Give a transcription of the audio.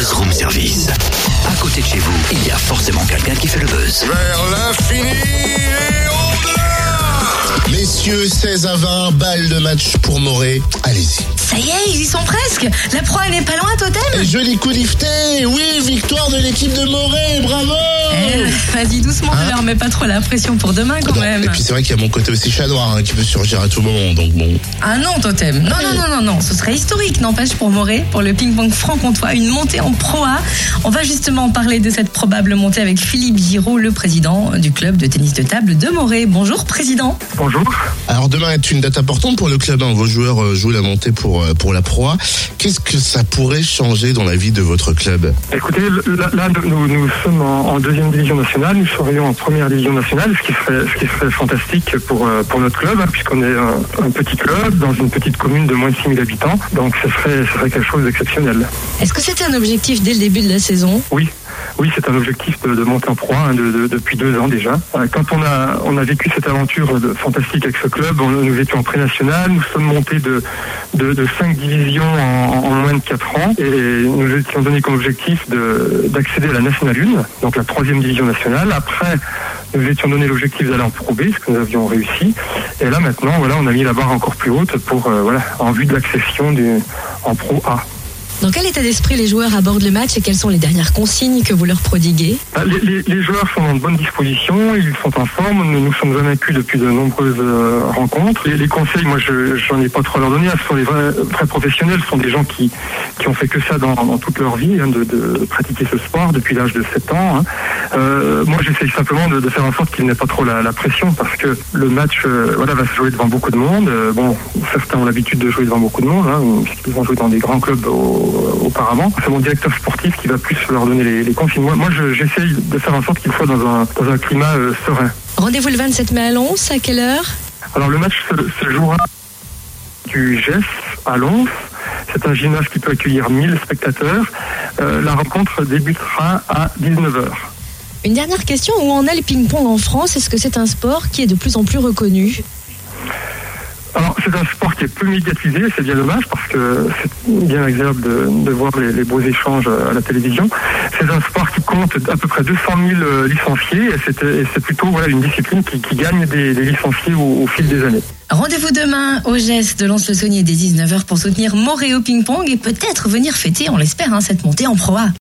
Buzz Room Service. À côté de chez vous, il y a forcément quelqu'un qui fait le buzz. Vers l'infini et au-delà. Messieurs, 16 à 20, balle de match pour Morée. Allez-y. Ça y est, ils y sont presque. La proie n'est pas loin, Totem. Joli coup lifté. Oui, victoire de l'équipe de Morée. Bravo. Vas-y, doucement, ne leur mets pas trop la pression pour demain quand même. Et puis c'est vrai qu'il y a mon côté aussi chat noir qui peut surgir à tout moment. Donc bon. Ah non, Totem. Non. Ce serait historique, n'empêche, pour Morée, pour le ping-pong franc-comtois, une montée en Pro A. On va justement parler de cette probable montée avec Philippe Giraud, le président du club de tennis de table de Morée. Bonjour, président. Bonjour. Alors demain est une date importante pour le club. Vos joueurs jouent la montée pour la Pro A. Qu'est-ce que ça pourrait changer dans la vie de votre club? Écoutez, là nous sommes en deuxième division nationale, nous serions en première division nationale, ce qui serait fantastique pour notre club, puisqu'on est un petit club dans une petite commune de moins de 6000 habitants, donc ce serait quelque chose d'exceptionnel. Est-ce que c'était un objectif dès le début de la saison? Oui, c'est un objectif de monter en Pro A depuis 2 ans déjà. Quand on a vécu cette aventure fantastique avec ce club, nous étions en pré-national, nous sommes montés de 5 divisions en moins de 4 ans et nous étions donnés comme objectif d'accéder à la Nationale 1, donc la 3e division nationale. Après, nous étions donné l'objectif d'aller en Pro B, ce que nous avions réussi. Et là maintenant, on a mis la barre encore plus haute en vue de l'accession en Pro A. Dans quel état d'esprit les joueurs abordent le match et quelles sont les dernières consignes que vous leur prodiguez? Les joueurs sont en bonne disposition, ils sont en forme, nous sommes invaincus depuis de nombreuses rencontres. Les conseils, moi j'en ai pas trop à leur donner, ce sont les vrais professionnels, ce sont des gens qui ont fait que ça dans toute leur vie, de pratiquer ce sport depuis l'âge de 7 ans. Moi j'essaye simplement de faire en sorte qu'ils n'aient pas trop la pression, parce que le match va se jouer devant beaucoup de monde. Certains ont l'habitude de jouer devant beaucoup de monde, puisqu'ils vont jouer dans des grands clubs auparavant. C'est mon directeur sportif qui va plus leur donner les consignes. Moi j'essaye de faire en sorte qu'il soit dans un climat serein. Rendez-vous le 27 mai à Lons, à quelle heure? Alors le match se jouera du GES à Lons. C'est un gymnase qui peut accueillir 1000 spectateurs. La rencontre débutera à 19h. Une dernière question, où en est le ping-pong en France? Est-ce que c'est un sport qui est de plus en plus reconnu? Alors, c'est un sport qui est peu médiatisé, c'est bien dommage, parce que c'est bien agréable de voir les beaux échanges à la télévision. C'est un sport qui compte à peu près 200 000 licenciés, et c'est plutôt une discipline qui gagne des licenciés au fil des années. Rendez-vous demain au GES de Lons-le-Saunier dès 19h pour soutenir Morée au ping-pong et peut-être venir fêter, on l'espère, cette montée en Pro A.